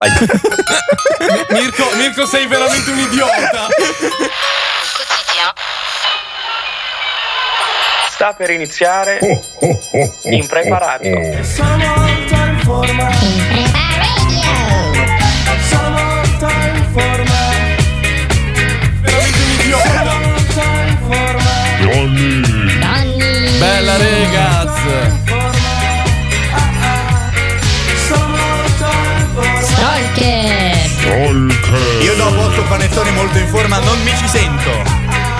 Mirko, sei veramente un idiota. Sta per iniziare Impreparato. Bella ragazzi. Io dopo 8 panettoni molto in forma non mi ci sento.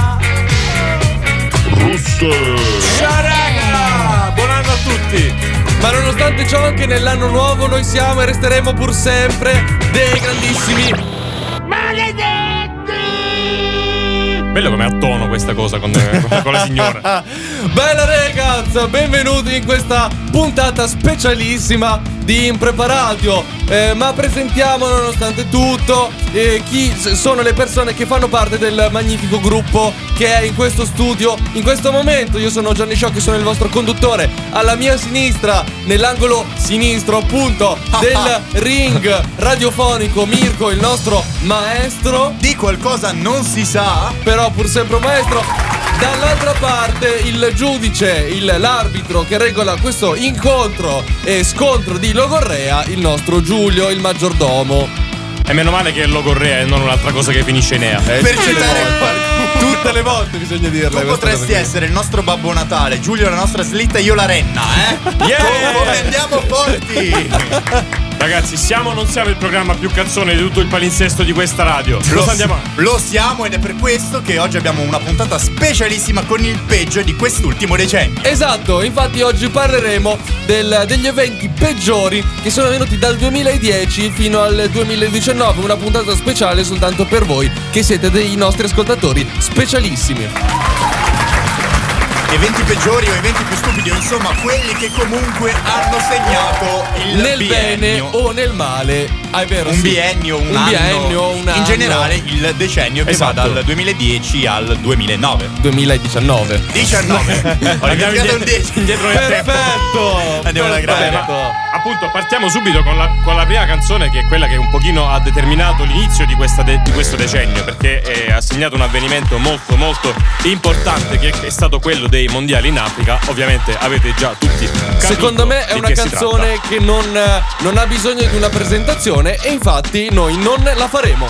Ciao raga, buon anno a tutti. Ma nonostante ciò, anche nell'anno nuovo noi siamo e resteremo pur sempre dei grandissimi maledetti. Bello come a tono questa cosa con la signora. Bella ragazzi, benvenuti in questa puntata specialissima di Impreparato. Ma presentiamo nonostante tutto chi sono le persone che fanno parte del magnifico gruppo che è in questo studio in questo momento. Io sono Gianni Sciocchi, sono il vostro conduttore. Alla mia sinistra, nell'angolo sinistro appunto del ring radiofonico, Mirko, il nostro maestro. Di qualcosa non si sa, però pur sempre un maestro. Dall'altra parte il giudice, l'arbitro che regola questo incontro e scontro di logorrea, il nostro Giulio, il maggiordomo. E meno male che è logorrea e non un'altra cosa che finisce in ea. per citare qualcuno. Tutte le volte bisogna dirle. Tu potresti essere il nostro Babbo Natale, Giulio la nostra slitta e io la renna, Come andiamo forti! Ragazzi, siamo o non siamo il programma più cazzone di tutto il palinsesto di questa radio? Lo siamo, ed è per questo che oggi abbiamo una puntata specialissima con il peggio di quest'ultimo decennio. Esatto, infatti oggi parleremo degli eventi peggiori che sono venuti dal 2010 fino al 2019. Una puntata speciale soltanto per voi che siete dei nostri ascoltatori specialissimi. Eventi peggiori o eventi più stupidi, o insomma quelli che comunque hanno segnato il nel biennio. bene o nel male. È vero, un biennio, un anno. Biennio, un anno. In generale il decennio che va dal 2010 al 2009. 2019. 19. Ho iniziato un 10 indietro nel tempo. Perfetto. Andiamo alla grande. Appunto, partiamo subito con la prima canzone, che è quella che un pochino ha determinato l'inizio di questo decennio, perché ha segnato un avvenimento molto molto importante, che è stato quello dei mondiali in Africa. Ovviamente avete già tutti capito. Secondo me è una canzone che non ha bisogno di una presentazione, e infatti noi non la faremo.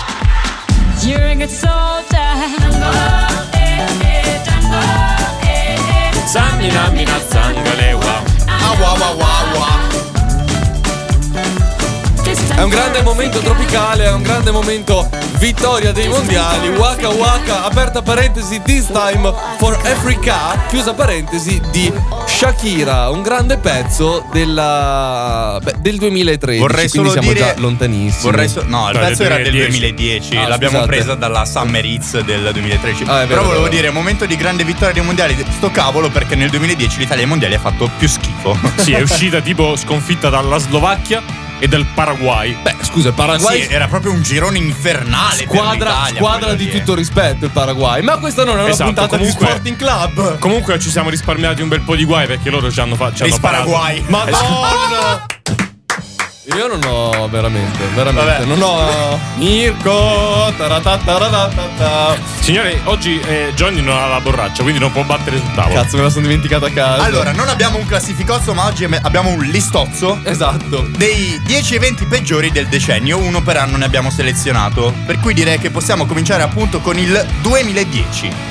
È un grande momento tropicale, è un grande momento vittoria dei mondiali. Waka Waka, aperta parentesi, this time for Africa, chiusa parentesi, di Shakira. Un grande pezzo del 2013. Vorrei quindi solo siamo dire, già lontanissimi. No, il pezzo era del 2010. L'abbiamo scusate. presa dalla Summer Hits del 2013. È vero, però volevo vero. dire, momento di grande vittoria dei mondiali. Sto cavolo, perché nel 2010 l'Italia ai mondiali ha fatto più schifo. Sì, è uscita tipo sconfitta dalla Slovacchia e dal Paraguay. Beh, scusa, il Paraguay Sì, era proprio un girone infernale. squadra di tutto rispetto il Paraguay. Ma questa non è una Esatto, puntata comunque- di Sporting Club. Comunque ci siamo risparmiati un bel po' di guai, perché loro ci hanno parato. Paraguay. Madonna! Io non ho veramente Vabbè. non ho Mirko taratatatata. Signore, oggi Johnny non ha la borraccia, quindi non può battere sul tavolo. Cazzo, me la sono dimenticata a casa. Allora, non abbiamo un classificozzo, ma oggi abbiamo un listozzo esatto. dei 10 eventi peggiori del decennio. Uno per anno ne abbiamo selezionato, per cui direi che possiamo cominciare appunto con il 2010.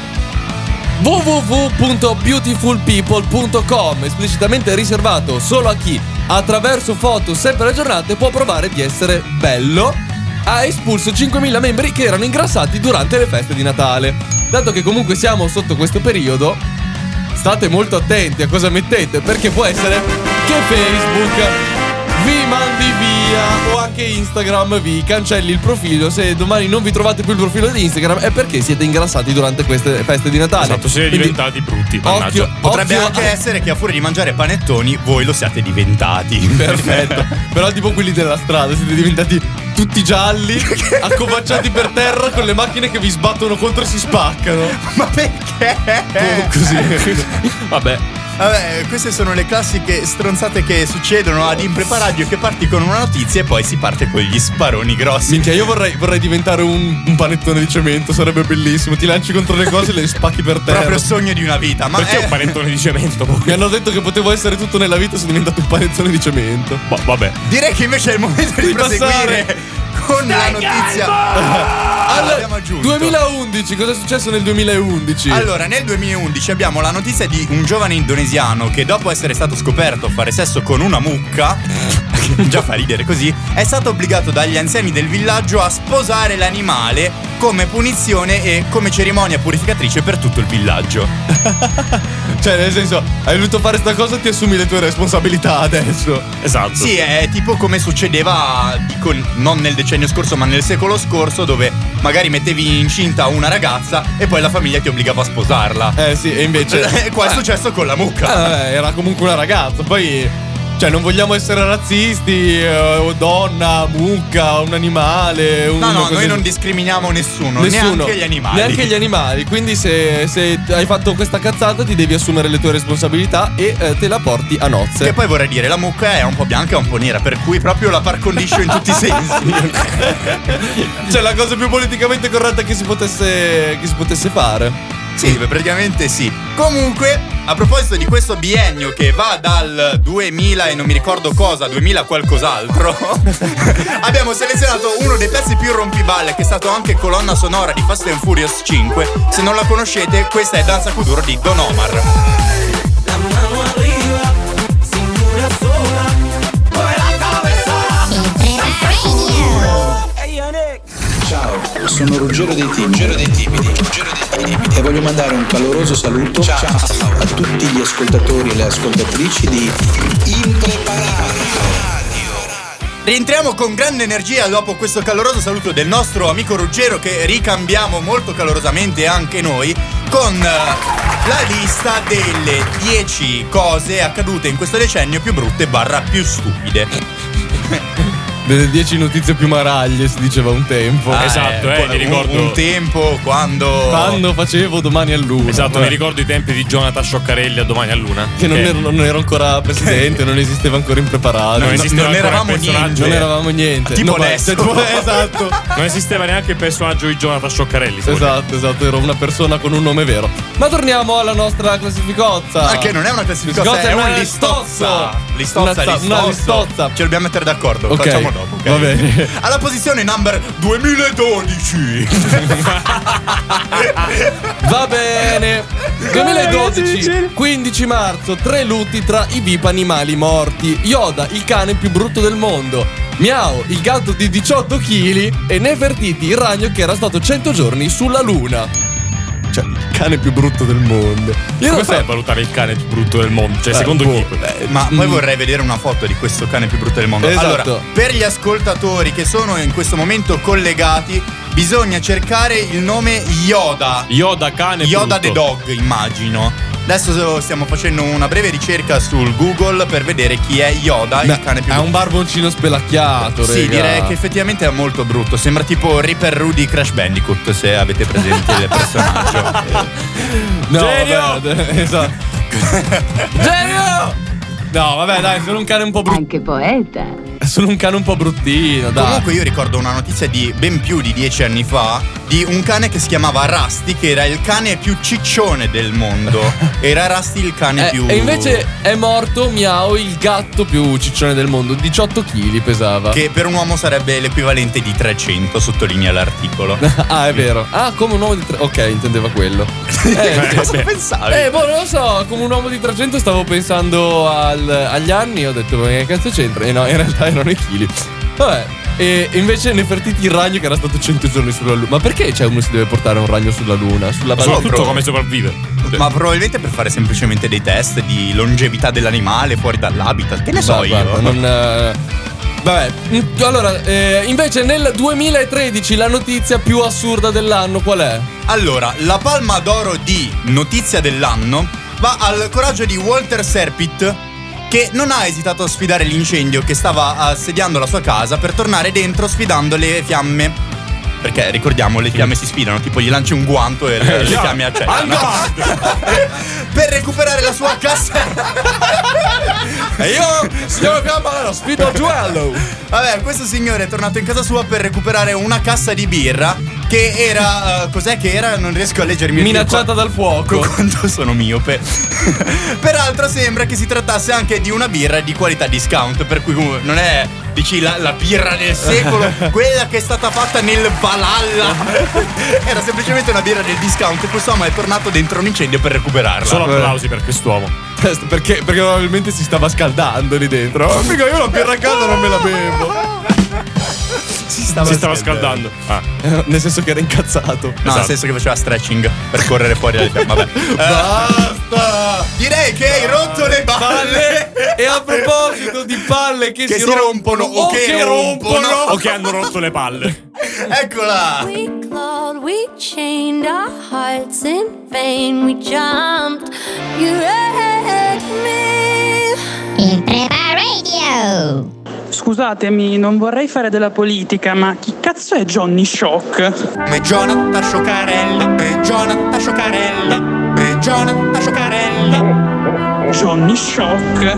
www.beautifulpeople.com, esplicitamente riservato solo a chi attraverso foto sempre aggiornate può provare di essere bello. Ha espulso 5.000 membri che erano ingrassati durante le feste di Natale. Dato che comunque siamo sotto questo periodo, state molto attenti a cosa mettete, perché può essere che Facebook vi mandi via, o anche Instagram vi cancelli il profilo. Se domani non vi trovate più il profilo di Instagram è perché siete ingrassati durante queste feste di Natale. Esatto, siete Quindi, diventati brutti. Mannaggia. Potrebbe occhio anche essere che a furia di mangiare panettoni voi lo siate diventati. Perfetto. Però tipo quelli della strada siete diventati tutti gialli, accovacciati per terra con le macchine che vi sbattono contro e si spaccano. Ma perché? Così. Vabbè. Vabbè, queste sono le classiche stronzate che succedono ad Impreparadio, che parti con una notizia e poi si parte con gli sparoni grossi. Minchia, io vorrei diventare un panettone di cemento, sarebbe bellissimo. Ti lanci contro le cose e le spacchi per terra. Proprio sogno di una vita. Ma perché un panettone di cemento? Mi hanno detto che potevo essere tutto nella vita, sono diventato un panettone di cemento. Vabbè. Direi che invece è il momento di proseguire con la notizia. Allora, 2011, cosa è successo nel 2011? Allora, nel 2011 abbiamo la notizia di un giovane indonesiano che dopo essere stato scoperto fare sesso con una mucca, che già fa ridere così, è stato obbligato dagli anziani del villaggio a sposare l'animale come punizione e come cerimonia purificatrice per tutto il villaggio. Cioè, nel senso, hai voluto fare sta cosa, ti assumi le tue responsabilità adesso. Esatto. Sì, è tipo come succedeva, dico, non nel decennio scorso ma nel secolo scorso, dove magari mettevi incinta una ragazza e poi la famiglia ti obbligava a sposarla. Sì, e invece qua è successo con la mucca. Era comunque una ragazza. Poi, cioè, non vogliamo essere razzisti, donna, mucca, un animale. No, noi non discriminiamo nessuno. Neanche gli animali. Neanche gli animali. Quindi se hai fatto questa cazzata ti devi assumere le tue responsabilità e te la porti a nozze. Che poi vorrei dire, la mucca è un po' bianca e un po' nera, per cui proprio la par condicio in tutti i sensi. Cioè, la cosa più politicamente corretta che si potesse fare. Sì, praticamente sì. Comunque, a proposito di questo biennio che va dal 2000 e non mi ricordo cosa, 2000 qualcos'altro, abbiamo selezionato uno dei pezzi più rompiballe, che è stato anche colonna sonora di Fast and Furious 5. Se non la conoscete, questa è Danza Kuduro di Don Omar. Ciao, sono Ruggero dei Timidi e voglio mandare un caloroso saluto a tutti gli ascoltatori e le ascoltatrici di Impreparadio. Rientriamo con grande energia dopo questo caloroso saluto del nostro amico Ruggero, che ricambiamo molto calorosamente anche noi con la lista delle 10 cose accadute in questo decennio più brutte / più stupide. Delle 10 notizie più maraglie, si diceva un tempo. Esatto, mi ricordo un tempo quando facevo Domani a Luna. Esatto, mi ricordo i tempi di Jonathan Scioccarelli a Domani a Luna. Che non ero ancora presidente, non esisteva ancora Impreparato. Non eravamo niente. Non eravamo niente. Tipo adesso. Esatto. Non esisteva neanche il personaggio di Jonathan Scioccarelli. Esatto, ero una persona con un nome vero. Ma torniamo alla nostra classificozza. Ma che non è una classificozza, è un listozza. Listozza. Ce dobbiamo mettere d'accordo, facciamo dopo. Va bene. Alla posizione number 2012. Va bene. 2012, 15 marzo, 3 lutti tra i VIP animali morti. Yoda, il cane più brutto del mondo. Miao, il gatto di 18 kg. E Nefertiti, il ragno che era stato 100 giorni sulla luna. Cioè, il cane più brutto del mondo. Come fai a valutare il cane più brutto del mondo? Cioè, secondo chi? Ma poi vorrei vedere una foto di questo cane più brutto del mondo. Esatto. Allora, per gli ascoltatori che sono in questo momento collegati, bisogna cercare il nome Yoda. Yoda, cane Yoda brutto. the dog, immagino. Adesso stiamo facendo una breve ricerca sul Google per vedere chi è Yoda, il cane più brutto. È un barboncino spelacchiato, Sì, direi che effettivamente è molto brutto. Sembra tipo Ripper Rudy Crash Bandicoot, se avete presente il personaggio. No, Genio! vabbè, esatto. Genio! No, vabbè, dai, sono un cane un po' brutto. Anche poeta. Sono un cane un po' bruttino, dai. Comunque io ricordo una notizia di ben più di 10 anni fa di un cane che si chiamava Rusty, che era il cane più ciccione del mondo. Era Rusty il cane più... E invece è morto Miao, il gatto più ciccione del mondo. 18 kg pesava. Che per un uomo sarebbe l'equivalente di 300, sottolinea l'articolo. Ah, è vero. Ah, come un uomo di 300. Ok, intendeva quello. Cosa pensavi? Non lo so, come un uomo di 300 stavo pensando agli anni. Ho detto, ma che cazzo c'entra? E no, in realtà erano i chili. Vabbè. E invece Nefertiti, il ragno che era stato 100 giorni sulla luna. Ma perché uno si deve portare un ragno sulla luna? Sulla Soprattutto come sopravvive. Ma probabilmente per fare semplicemente dei test di longevità dell'animale fuori dall'habitat. Che ne so io? Guarda, vabbè, allora, invece nel 2013 la notizia più assurda dell'anno qual è? Allora, la palma d'oro di notizia dell'anno va al coraggio di Walter Serpit, che non ha esitato a sfidare l'incendio che stava assediando la sua casa per tornare dentro sfidando le fiamme. Perché ricordiamo, le fiamme si sfidano, tipo gli lanci un guanto e le fiamme accedono. Per recuperare la sua cassa. E io, signor Fiamma, sfido a duello. Vabbè, questo signore è tornato in casa sua per recuperare una cassa di birra che era cos'è che era? Non riesco a leggermi. Minacciata dal fuoco. Quanto sono miope. Peraltro sembra che si trattasse anche di una birra di qualità discount, per cui non è, dici, la birra del secolo, quella che è stata fatta nel Valhalla. Era semplicemente una birra del discount e quest'uomo è tornato dentro un incendio per recuperarla. Solo applausi per quest'uomo. Perché probabilmente si stava scaldando lì dentro. Oh, mica io la birra a casa non me la bevo. Si stava scaldando. Nel senso che era incazzato. No, Esatto. nel senso che faceva stretching per correre fuori dalle fiamme. Vabbè. Basta! Direi che hai rotto le balle. E a proposito di palle che si rompono o che rompono O che hanno rotto le palle. Eccola. We clawed, we chained our hearts in vain. We jumped, you wrecked me. Imprepa Radio. Scusatemi, non vorrei fare della politica, ma chi cazzo è Johnny Shock? Me Jonathan Scioccarella, me Jonathan Scioccarella, me Jonathan Scioccarella. Johnny Shock.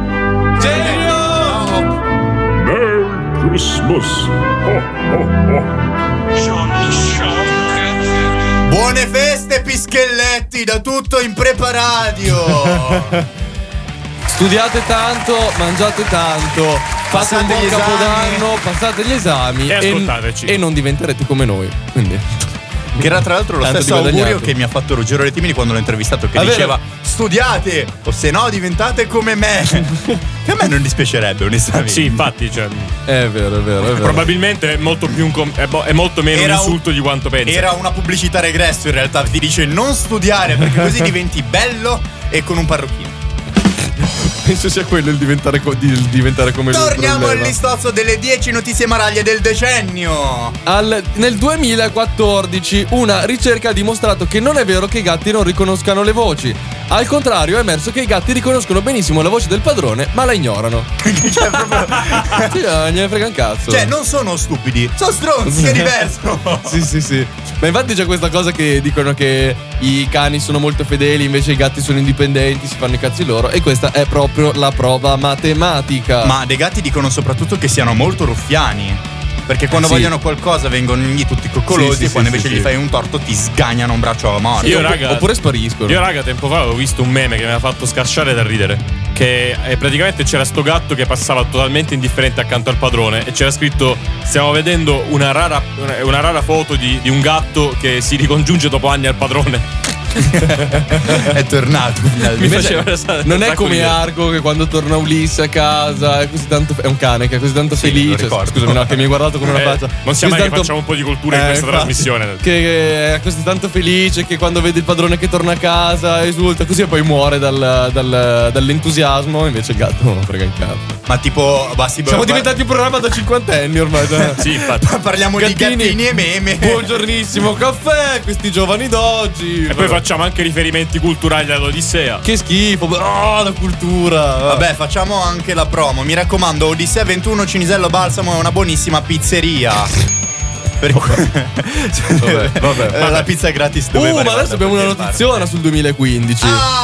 Johnny Shock. Buone feste Pischelletti da tutto Impreparadio. Studiate tanto, mangiate tanto, fate un Passate buon gli esami. capodanno, passate gli esami E ascoltateci. e non diventerete come noi. Quindi Che era tra l'altro lo Tanto stesso di guadagnato. augurio che mi ha fatto Ruggero Rettimini quando l'ho intervistato, che Ah, vero? diceva studiate o se no diventate come me. Che a me non dispiacerebbe onestamente. Sì, infatti, cioè, è vero, è vero, è vero. probabilmente è molto più è molto meno Era un un- insulto di quanto pensi. Era una pubblicità regresso in realtà, ti dice non studiare perché così diventi bello e con un parrucchino. Penso sia quello il diventare, il diventare come lui. il Torniamo al problema. listozzo delle 10 notizie maraglie del decennio. Nel 2014 una ricerca ha dimostrato che non è vero che i gatti non riconoscano le voci. Al contrario, è emerso che i gatti riconoscono benissimo la voce del padrone, ma la ignorano. Cioè, proprio... Sì, no, gliene frega un cazzo. cioè, non sono stupidi, sono stronzi, che è diverso. Sì, sì, sì. Ma infatti c'è questa cosa che dicono che i cani sono molto fedeli, invece i gatti sono indipendenti, si fanno i cazzi loro. E questa è proprio la prova matematica. Ma dei gatti dicono soprattutto che siano molto ruffiani. Perché quando Sì. vogliono qualcosa vengono lì tutti coccolosi, Sì, sì, e quando sì, invece sì, gli sì. fai un torto ti sgagnano un braccio a morte. Io, raga, Oppure spariscono. Io, raga, tempo fa avevo visto un meme che mi ha fatto scasciare da ridere. Che praticamente c'era sto gatto che passava totalmente indifferente accanto al padrone. E c'era scritto: stiamo vedendo una rara foto di un gatto che si ricongiunge dopo anni al padrone. È tornato finalmente. Mi faceva Non un è sacco come ridere. Argo che quando torna Ulisse a casa è così tanto. È un cane che è così tanto Sì, felice. lo ricordo. Scusami, no, che mi hai guardato con una faccia. Non sia Così mai che tanto- facciamo un po' di cultura in questa infatti, trasmissione. Che è così tanto felice che quando vede il padrone che torna a casa esulta così e poi muore dall'entusiasmo. Invece il gatto non frega in cazzo. Ma tipo, basti Siamo diventati un programma da cinquantenni ormai. Sì, infatti. Parliamo di gattini e meme. Buongiornissimo caffè, questi giovani d'oggi. E poi facciamo anche riferimenti culturali all'Odissea. Che schifo, la cultura. Vabbè, facciamo anche la promo. Mi raccomando, Odissea 21 Cinisello Balsamo è una buonissima pizzeria. Vabbè. La pizza è gratis dove Ma adesso abbiamo una notiziona sul 2015.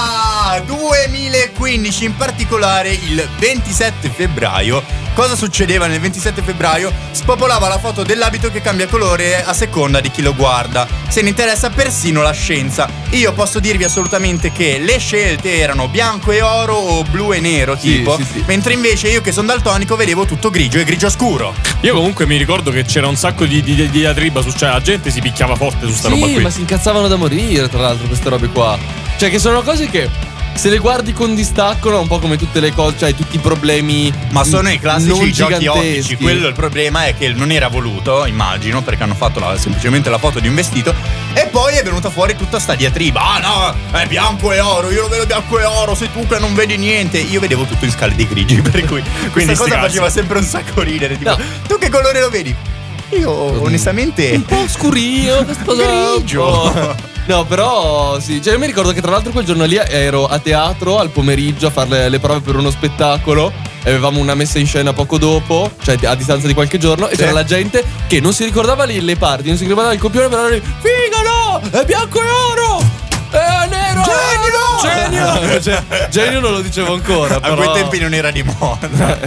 2015, in particolare il 27 febbraio. Cosa succedeva nel 27 febbraio? Spopolava la foto dell'abito che cambia colore a seconda di chi lo guarda. Se ne interessa persino la scienza. Io posso dirvi assolutamente che le scelte erano bianco e oro o blu e nero Sì, tipo, sì, sì. mentre invece io che sono daltonico vedevo tutto grigio e grigio scuro. Io comunque mi ricordo che c'era un sacco di diatriba su, cioè la gente si picchiava forte su sta roba Sì, qui. ma si incazzavano da morire, tra l'altro, queste robe qua. Cioè, che sono cose che se le guardi con distacco, no, un po' come tutte le cose, cioè tutti i problemi. Ma sono i classici non giochi giganteschi. ottici. Quello il problema è che non era voluto, immagino, perché hanno fatto semplicemente la foto di un vestito. E poi è venuta fuori tutta sta diatriba. Ah no, è bianco e oro, io lo vedo bianco e oro, sei tu che non vedi niente. Io vedevo tutto in scale di grigi, per cui questa sti cosa cazzi. faceva sempre un sacco ridere. Tipo, No. tu che colore lo vedi? Io onestamente Un po' scurio, grigio. No, però sì, cioè io mi ricordo che tra l'altro quel giorno lì ero a teatro al pomeriggio a fare le prove per uno spettacolo avevamo una messa in scena poco dopo, cioè a distanza di qualche giorno, e c'era la gente che non si ricordava le parti, non si ricordava il copione, però lì, figa no, è bianco e oro, è nero, genio. Genio non lo dicevo ancora, però. A quei tempi non era di moda.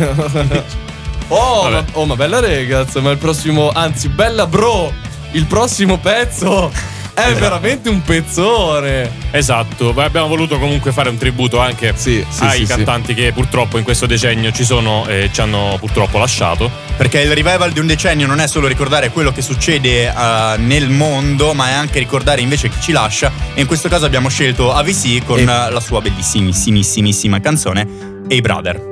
Ma bella ragazza, ma il prossimo, anzi bella bro, il prossimo pezzo è veramente un pezzone. Esatto, abbiamo voluto comunque fare un tributo anche ai cantanti che purtroppo in questo decennio ci sono e ci hanno purtroppo lasciato. Perché il revival di un decennio non è solo ricordare quello che succede nel mondo, ma è anche ricordare invece chi ci lascia. E in questo caso abbiamo scelto AVC con la sua bellissimissima canzone Hey Brother.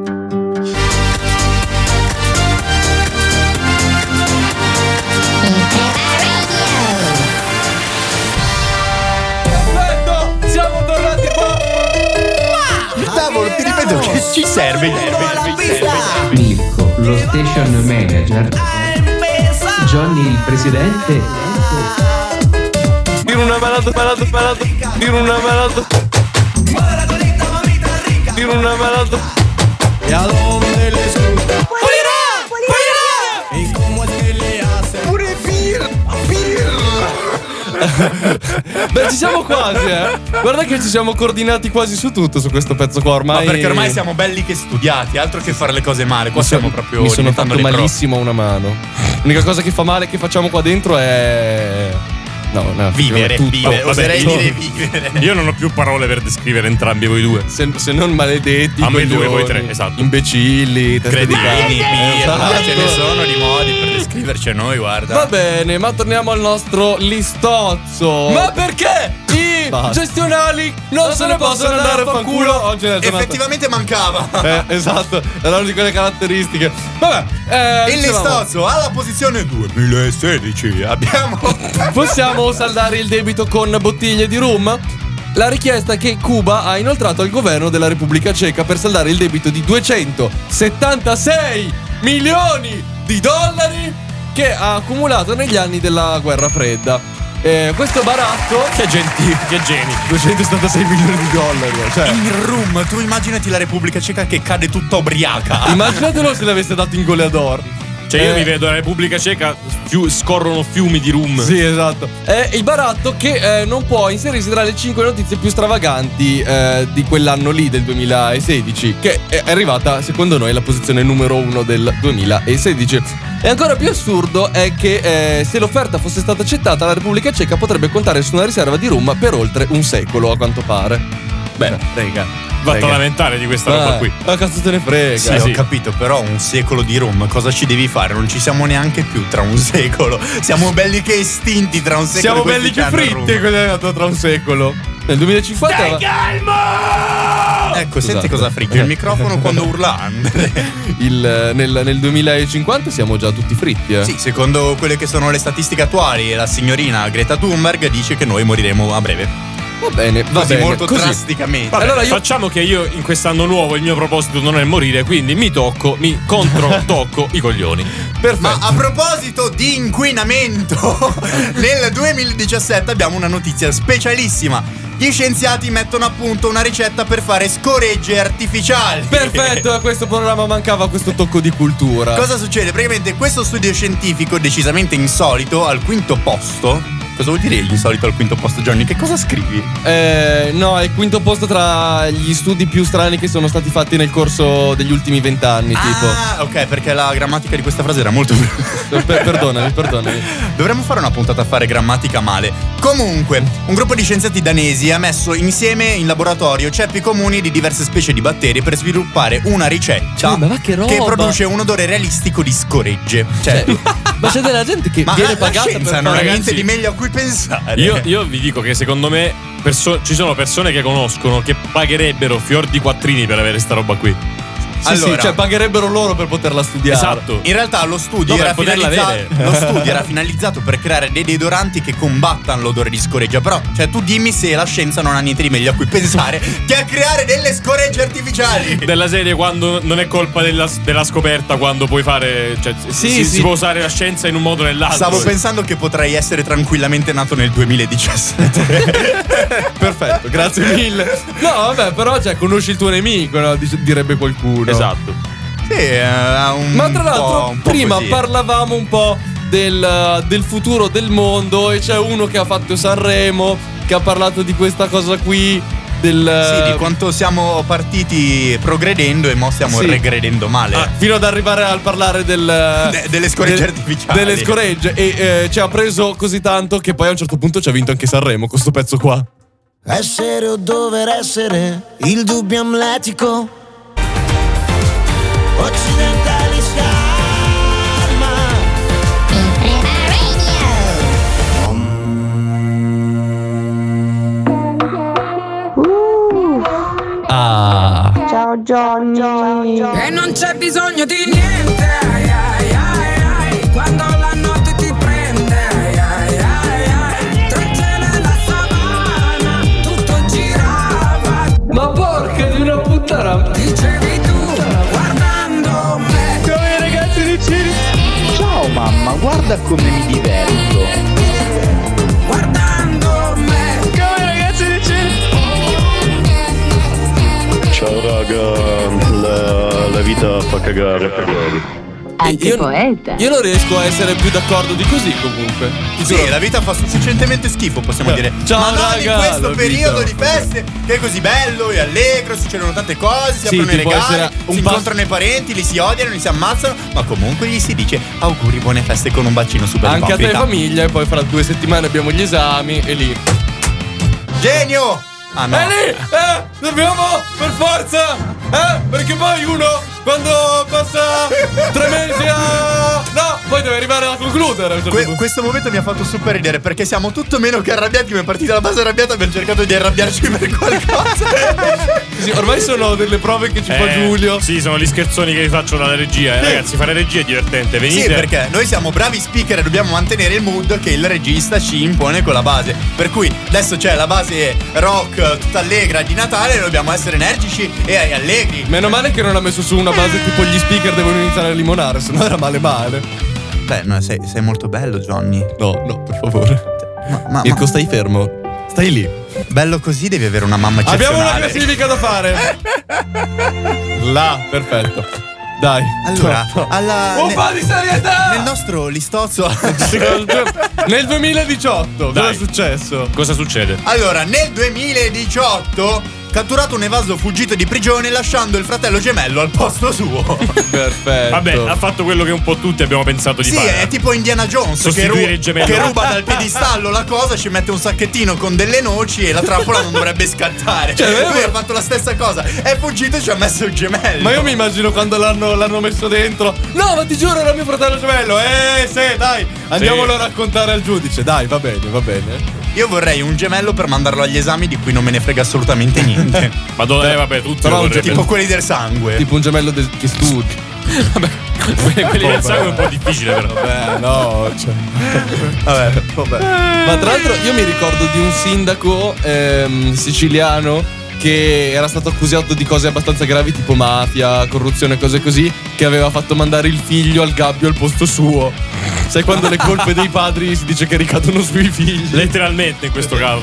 Ti ripeto che ci serve. Mirko, lo station manager. Johnny, il presidente. Tiro una malata. Tiro una malata. ¿Y a dónde le escucha? ¿Y cómo es que le hace? Pure Fir. Beh, ci siamo quasi, Guarda che ci siamo coordinati quasi su tutto su questo pezzo qua ormai. Ma perché ormai siamo belli che studiati, altro che fare le cose male. Qua siamo proprio. Mi sono fatto malissimo a una mano. L'unica cosa che fa male che facciamo qua dentro è. No, vivere. Oserei dire vivere. Io non ho più parole per descrivere entrambi voi due. Se non maledetti. A me due, voi tre, esatto. Imbecilli, cretini, ce ne sono di modi per descriverci a noi, guarda. Va bene, ma torniamo al nostro listozzo. Ma perché? I gestionali non se ne possono andare a fanculo. Oggi effettivamente mancava. Esatto, era una di quelle caratteristiche. Vabbè, il listozzo alla posizione 2016 abbiamo. Possiamo saldare il debito con bottiglie di rum? La richiesta che Cuba ha inoltrato al governo della Repubblica Ceca per saldare il debito di 276 milioni di dollari che ha accumulato negli anni della guerra fredda. Questo baratto, che geni, 276 milioni di dollari, cioè. Il rum, tu immaginati la Repubblica Ceca che cade tutta ubriaca. Immaginatelo se l'avesse dato in goleador. Cioè io mi vedo la Repubblica Ceca, scorrono fiumi di rum. Sì, esatto. Il baratto che non può inserirsi tra le 5 notizie più stravaganti di quell'anno lì, del 2016, che è arrivata secondo noi alla posizione numero 1 del 2016. E ancora più assurdo è che se l'offerta fosse stata accettata, la Repubblica Ceca potrebbe contare su una riserva di rum per oltre un secolo, a quanto pare. Beh, vatti a lamentare di questa roba qui. Ma cazzo te ne frega? Sì, ho capito, però un secolo di rum, cosa ci devi fare? Non ci siamo neanche più tra un secolo. Siamo belli che estinti tra un secolo. Siamo belli che fritti tra un secolo. Nel 2050 Stai calmo! Ecco, senti cosa frigge il microfono quando urla nel 2050 siamo già tutti fritti, Sì, secondo quelle che sono le statistiche attuali, la signorina Greta Thunberg dice che noi moriremo a breve. Va bene, molto drasticamente. Vabbè, allora facciamo che io in quest'anno nuovo il mio proposito non è morire, quindi mi tocco i coglioni. Perfetto. Ma a proposito di inquinamento, nel 2017 abbiamo una notizia specialissima. Gli scienziati mettono a punto una ricetta per fare scoregge artificiali. Perfetto, a questo programma mancava questo tocco di cultura. Cosa succede? Praticamente questo studio scientifico decisamente insolito al 5° posto. Cosa vuol dire insolito al 5° posto, Johnny? Che cosa scrivi? No, è il 5° posto tra gli studi più strani che sono stati fatti nel corso degli ultimi 20 anni, tipo. Ah, ok, perché la grammatica di questa frase era molto. Perdonami. Dovremmo fare una puntata a fare grammatica male. Comunque, un gruppo di scienziati danesi ha messo insieme in laboratorio ceppi comuni di diverse specie di batteri per sviluppare una ricetta che produce un odore realistico di scoregge. Cioè, ma c'è della gente che viene pagata per fare, non ha niente di meglio a cui pensare. Io vi dico che secondo me ci sono persone che conoscono che pagherebbero fior di quattrini per avere sta roba qui. Allora, cioè pagherebbero loro per poterla studiare. Esatto. In realtà lo studio era finalizzato per creare dei deodoranti che combattano l'odore di scoreggia. Però, cioè, tu dimmi se la scienza non ha niente di meglio a cui pensare che a creare delle scoregge artificiali. Della serie, quando non è colpa della scoperta, quando puoi fare, cioè, si può usare la scienza in un modo o nell'altro. Stavo pensando che potrei essere tranquillamente nato nel 2017. Perfetto, grazie mille. No, vabbè, però, cioè, conosci il tuo nemico, no? Direbbe qualcuno. Esatto. Sì, Ma tra l'altro, un po' prima così. parlavamo un po' del futuro del mondo e c'è uno che ha fatto Sanremo che ha parlato di questa cosa qui. Sì, di quanto siamo partiti progredendo e mo stiamo regredendo male. Fino ad arrivare al parlare delle scoregge artificiali. Delle scoregge. E ci ha preso così tanto che poi a un certo punto ci ha vinto anche Sanremo questo pezzo qua. Essere o dover essere, il dubbio amletico. Occidentali scarma. Ciao Johnny. E non c'è bisogno di niente, ai, ai, ai, ai, quando la notte ti prende, ai, ai, ai, ai, tra il cielo e la savana, tutto girava. Ma porca di una puttana. Dicevi tu, guardando me. Come ragazzi di Ciri. Ciao mamma, guarda come mi diverto. Guardando me. Come ragazzi di Ciri. Ciao raga, la vita fa cagare. Anche poeta. Io non riesco a essere più d'accordo di così comunque. Sì, la vita fa sufficientemente schifo, possiamo dire. Ciao, ma non raga, in questo la periodo vita. di feste che è così bello e allegro, succedono tante cose, si Sì, aprono i tipo regali, essere un si incontrano i parenti, li si odiano, li si ammazzano, ma comunque gli si dice auguri, buone feste con un bacino super Anche a te ipocrita. famiglia e poi fra 2 settimane abbiamo gli esami e lì. Genio! Ah no. E lì! Dobbiamo per forza! Perché poi uno quando passa 3 mesi a... No, poi deve arrivare a concludere. Questo momento mi ha fatto super ridere perché siamo tutto meno che arrabbiati. Come è partita la base arrabbiata, abbiamo cercato di arrabbiarci per qualcosa. Sì, ormai sono delle prove che ci fa Giulio. Sì, sono gli scherzoni che vi faccio dalla regia. Ragazzi, fare regia è divertente. Venite. Sì, perché noi siamo bravi speaker e dobbiamo mantenere il mood che il regista ci impone con la base. Per cui adesso c'è la base rock tutta allegra di Natale, dobbiamo essere energici e allegri. Meno male che non ha messo su una base tipo gli speaker devono iniziare a limonare, sennò era male. Beh, no, sei molto bello, Johnny. No, per favore. Mirko, stai fermo. Stai lì. Bello così, devi avere una mamma eccezionale. Abbiamo una classifica da fare. Là, perfetto. Dai. Allora, un po' di serietà! Nel nostro listozzo nel 2018 cosa è successo? Cosa succede? Allora, nel 2018 catturato un evaso fuggito di prigione lasciando il fratello gemello al posto suo. Perfetto. Vabbè, ha fatto quello che un po' tutti abbiamo pensato di sì, fare. Sì, è tipo Indiana Jones sostituire il gemello. Che ruba dal piedistallo la cosa, ci mette un sacchettino con delle noci e la trappola non dovrebbe scattare. Lui ha fatto la stessa cosa. È fuggito e ci ha messo il gemello. Ma io mi immagino quando l'hanno messo dentro. No, ma ti giuro era mio fratello gemello. Sì, dai. Andiamolo a raccontare al giudice. Dai, va bene. Io vorrei un gemello per mandarlo agli esami di cui non me ne frega assolutamente niente. Ma vabbè, tutti però tipo quelli del sangue. Tipo un gemello che studi. Vabbè, quelli del sangue è un po' difficile però. Vabbè, no, vabbè. Ma tra l'altro io mi ricordo di un sindaco siciliano che era stato accusato di cose abbastanza gravi tipo mafia, corruzione, cose così, che aveva fatto mandare il figlio al gabbio al posto suo. Sai quando le colpe dei padri si dice che ricadono sui figli? Letteralmente in questo caso.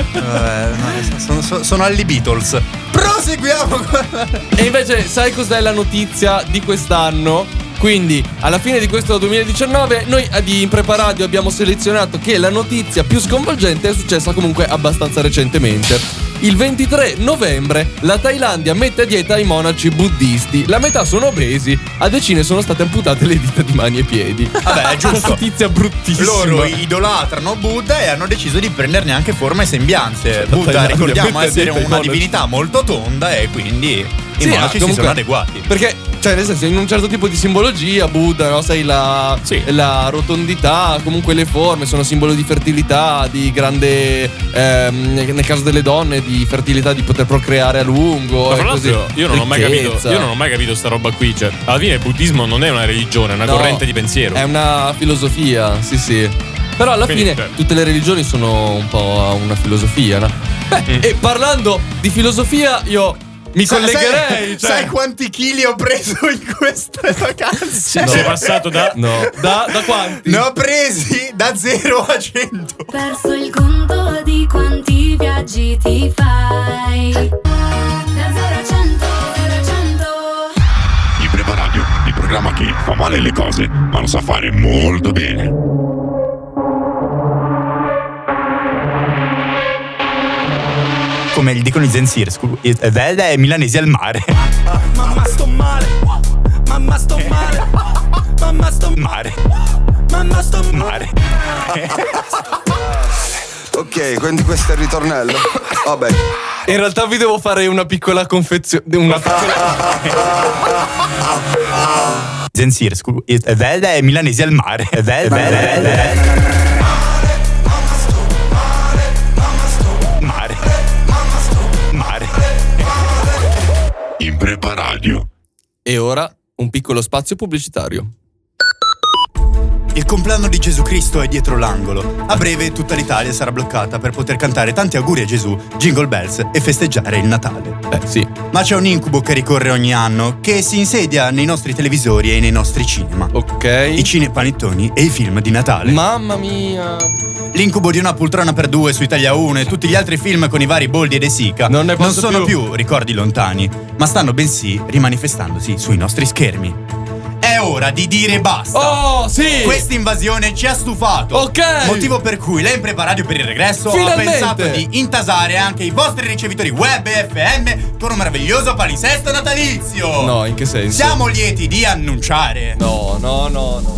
Sono alli Beatles. Proseguiamo. E invece sai cos'è la notizia di quest'anno? Quindi alla fine di questo 2019 noi di Impreparadio abbiamo selezionato che la notizia più sconvolgente è successa comunque abbastanza recentemente. Il 23 novembre la Thailandia mette a dieta i monaci buddisti. La metà sono obesi, a decine sono state amputate le dita di mani e piedi. Vabbè, è giusto. Notizia bruttissima. Loro idolatrano Buddha e hanno deciso di prenderne anche forma e sembianze. Buddha, ricordiamo, essere una divinità molto tonda e quindi i monaci si sono adeguati. Perché, cioè, nel senso, in un certo tipo di simbologia, Buddha, no? Sai, la rotondità, comunque le forme sono simbolo di fertilità, di grande, nel caso delle donne, di fertilità, di poter procreare a lungo. Ma tra l'altro, io non ho mai capito sta roba qui. Cioè, alla fine il buddismo non è una religione, è una corrente di pensiero. È una filosofia, sì. Però alla fine tutte le religioni sono un po' una filosofia, no? E parlando di filosofia, io mi collegherei. Sai quanti chili ho preso in queste vacanze? Sei passato da. No. Da quanti? Ne ho presi da 0 a 100. Perso il conto di quanti viaggi ti fai. Da 0 a 100, 0 a 100. Radio, il programma che fa male le cose, ma lo sa fare molto bene. Come gli dicono i Zensirsku, è milanesi al mare. Mamma sto male, mamma sto male, mamma sto mare, mamma sto mare. Ok, quindi questo è il ritornello. Vabbè. In realtà vi devo fare una piccola confezione. Zensirsku, è milanesi al mare. Mare. Imprepa Radio. E ora un piccolo spazio pubblicitario. Il compleanno di Gesù Cristo è dietro l'angolo. A breve tutta l'Italia sarà bloccata per poter cantare tanti auguri a Gesù, Jingle Bells e festeggiare il Natale. Sì. Ma c'è un incubo che ricorre ogni anno, che si insedia nei nostri televisori e nei nostri cinema. Ok. I cinepanettoni e i film di Natale. Mamma mia. L'incubo di Una poltrona per due su Italia 1 e tutti gli altri film con i vari Boldi e De Sica non sono più ricordi lontani, ma stanno bensì rimanifestandosi sui nostri schermi. È ora di dire basta. Oh, sì! Questa invasione ci ha stufato. Ok! Motivo per cui l'Imprepa Radio per il regresso Finalmente! ha pensato di intasare anche i vostri ricevitori web e FM con un meraviglioso palinsesto natalizio. No, in che senso? Siamo lieti di annunciare. No.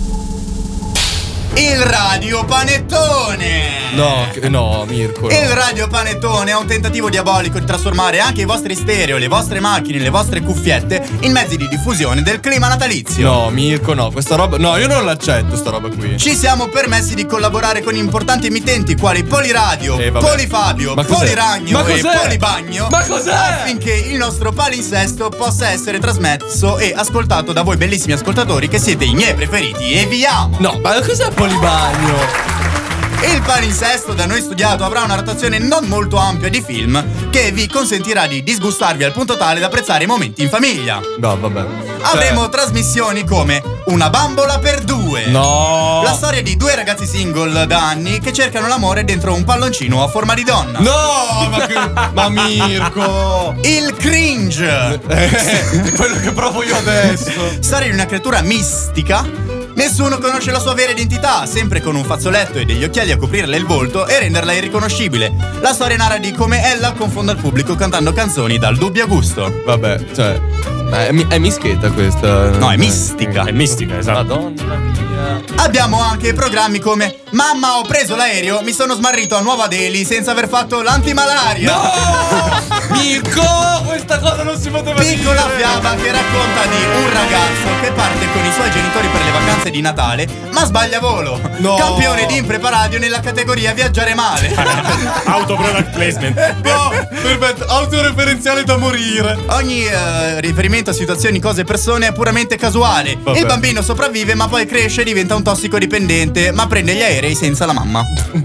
Il Radio Panettone. No, Mirko. Il Radio Panettone è un tentativo diabolico di trasformare anche i vostri stereo, le vostre macchine, le vostre cuffiette in mezzi di diffusione del clima natalizio. No, Mirko, no, questa roba. No, io non l'accetto, sta roba qui. Ci siamo permessi di collaborare con importanti emittenti quali Poliradio, Polifabio, Poliragno e Polibagno. Ma cos'è? Affinché il nostro palinsesto possa essere trasmesso e ascoltato da voi bellissimi ascoltatori che siete i miei preferiti e vi amo. No, ma cos'è Polibagno? Il palinsesto da noi studiato avrà una rotazione non molto ampia di film che vi consentirà di disgustarvi al punto tale da apprezzare i momenti in famiglia. No, vabbè. Avremo trasmissioni come Una bambola per due. No! La storia di due ragazzi single da anni che cercano l'amore dentro un palloncino a forma di donna. No! Ma Mirko! Il cringe! Quello che provo io adesso. Storia di una creatura mistica. Nessuno conosce la sua vera identità, sempre con un fazzoletto e degli occhiali a coprirle il volto e renderla irriconoscibile. La storia narra di come ella confonda il pubblico cantando canzoni dal dubbio gusto. Vabbè, cioè, è mischeta questa. No, è mistica. È mistica, esatto. Madonna mia. Abbiamo anche programmi come Mamma, ho preso l'aereo, mi sono smarrito a Nuova Delhi senza aver fatto l'antimalaria. No! Mirko, questa cosa non si poteva dire. Piccola fiaba che racconta di un ragazzo che parte con i suoi genitori per le vacanze di Natale, ma sbaglia volo. No. Campione di Imprepa Radio nella categoria viaggiare male. Auto product placement. No, perfetto, autoreferenziale da morire. Ogni riferimento a situazioni, cose e persone è puramente casuale. Vabbè. Il bambino sopravvive ma poi cresce e diventa un tossicodipendente, ma prende gli aerei senza la mamma.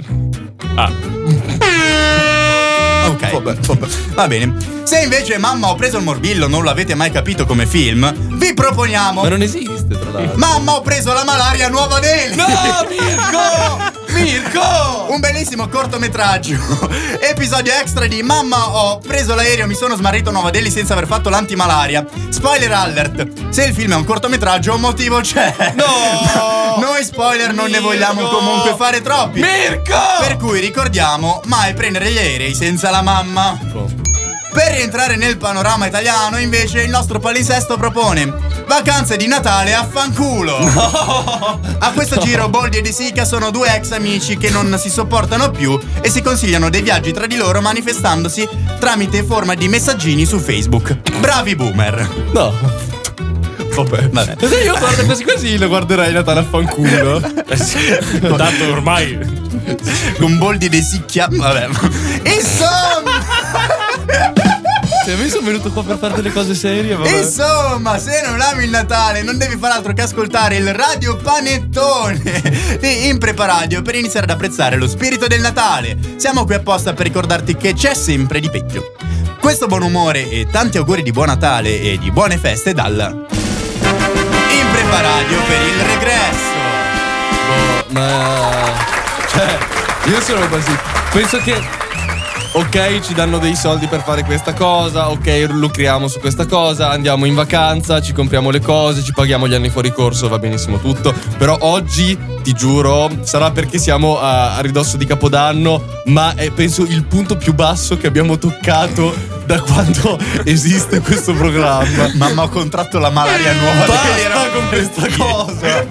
Ok, vabbè. Va bene. Se invece Mamma, ho preso il morbillo non l'avete mai capito come film, vi proponiamo. Ma non esiste, tra l'altro. Mamma, ho preso la malaria a Nuova Delhi. No, Mirko! Un bellissimo cortometraggio. Episodio extra di Mamma, ho preso l'aereo, mi sono smarrito a Nuova Delhi senza aver fatto l'antimalaria. Spoiler alert. Se il film è un cortometraggio, un motivo c'è. No! Noi spoiler non ne vogliamo comunque fare troppi. Mirko! Per cui ricordiamo, mai prendere gli aerei senza la mamma. Per rientrare nel panorama italiano, invece, il nostro palinsesto propone vacanze di Natale a fanculo. No. A questo giro Boldi e De Sica sono due ex amici che non si sopportano più e si consigliano dei viaggi tra di loro manifestandosi tramite forma di messaggini su Facebook. Bravi boomer. No. Vabbè. Io guardo quasi lo guarderai Natale a fanculo. Tanto ormai con Boldi e De Sicchia. Vabbè. Insomma, cioè, mi sono venuto qua per fare delle cose serie. Vabbè. Insomma, se non ami il Natale, non devi fare altro che ascoltare il Radio Panettone di Imprepa Radio per iniziare ad apprezzare lo spirito del Natale. Siamo qui apposta per ricordarti che c'è sempre di peggio. Questo buon umore e tanti auguri di buon Natale e di buone feste dal Imprepa Radio per il regresso. Ma cioè, io sono così. Penso che ok, ci danno dei soldi per fare questa cosa, ok, lucriamo su questa cosa, andiamo in vacanza, ci compriamo le cose, ci paghiamo gli anni fuori corso, va benissimo tutto. Però oggi, ti giuro, sarà perché siamo a ridosso di Capodanno, ma è penso il punto più basso che abbiamo toccato da quando esiste questo programma. Mamma, ho contratto la malaria nuova. Basta con questa cosa.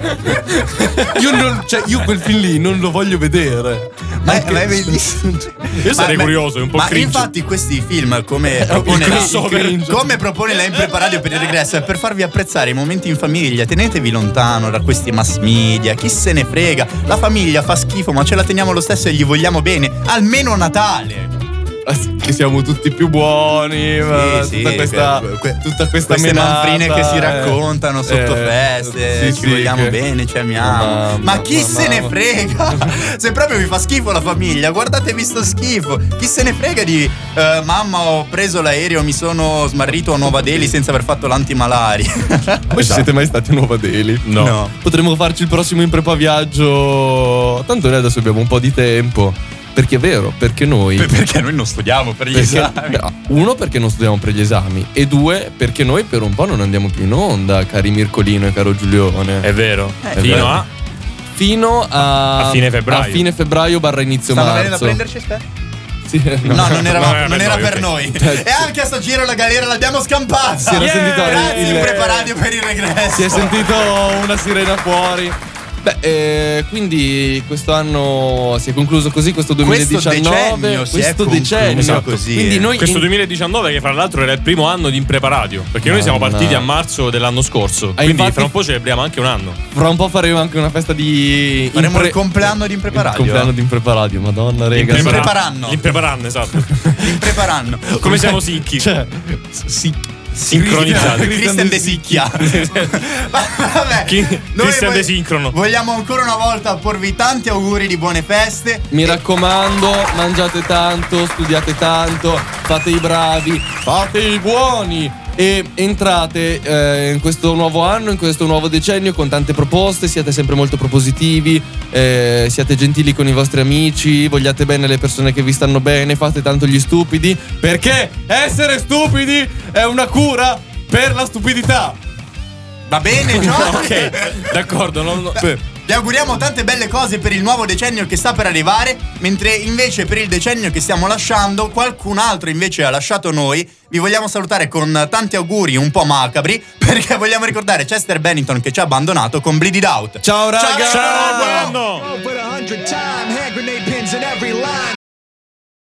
Io quel film lì non lo voglio vedere. Ma è bellissimo. Io sarei curioso, è un po' ma cringe. infatti questi film, come propone la Imprepa Radio per il regresso, è per farvi apprezzare i momenti in famiglia. Tenetevi lontano da questi mass media. Chi se ne frega? La famiglia fa schifo, ma ce la teniamo lo stesso e gli vogliamo bene. Almeno a Natale. Che siamo tutti più buoni, tutta questa queste manfrine che si raccontano sotto feste, ci vogliamo bene, ci amiamo. Ma chi se ne frega? Se proprio vi fa schifo la famiglia, guardatevi sto schifo. Chi se ne frega di mamma, ho preso l'aereo, mi sono smarrito a Nuova Delhi senza aver fatto l'antimalaria. Voi ci siete mai stati a Nuova Delhi? No. Potremmo farci il prossimo Imprepa viaggio. Tanto noi adesso abbiamo un po' di tempo. Perché è vero, perché noi non studiamo per gli esami. Uno, perché non studiamo per gli esami. E due, perché noi per un po' non andiamo più in onda, cari Mircolino e caro Giulione. È vero. Fino a fine febbraio. A fine febbraio / inizio Stanno marzo. venendo a prenderci, Ste? Sì, no, non era per noi. E anche a sto giro la galera l'abbiamo scampata. Si era sentito grazie Imprepa Radio per il regresso. Si è sentito una sirena fuori. Quindi questo anno si è concluso così, questo 2019. Questo decennio così. Quindi noi questo 2019 che fra l'altro era il primo anno di Imprepa Radio, perché noi siamo partiti a marzo dell'anno scorso. Quindi infatti, fra un po' celebriamo anche un anno. Fra un po' faremo anche una festa di faremo il compleanno di Imprepa Radio. Il compleanno di Imprepa Radio, madonna rega. L'impreparanno, esatto. L'impreparanno. Come siamo sicchi? Cioè, sincronizzati. Christian De Sicchia. Vabbè, Christian De Sincrono. Vogliamo ancora una volta porvi tanti auguri di buone feste. Mi raccomando, mangiate tanto, studiate tanto, fate i bravi, fate i buoni. E entrate in questo nuovo anno, in questo nuovo decennio con tante proposte, siate sempre molto propositivi, siate gentili con i vostri amici, vogliate bene le persone che vi stanno bene, fate tanto gli stupidi, perché essere stupidi è una cura per la stupidità. Va bene, Giorgio? Ok, d'accordo. Vi auguriamo tante belle cose per il nuovo decennio che sta per arrivare, mentre invece per il decennio che stiamo lasciando, qualcun altro invece ha lasciato noi. Vi vogliamo salutare con tanti auguri un po' macabri, perché vogliamo ricordare Chester Bennington che ci ha abbandonato con Bleed It Out. Ciao raga! Ciao, buon anno!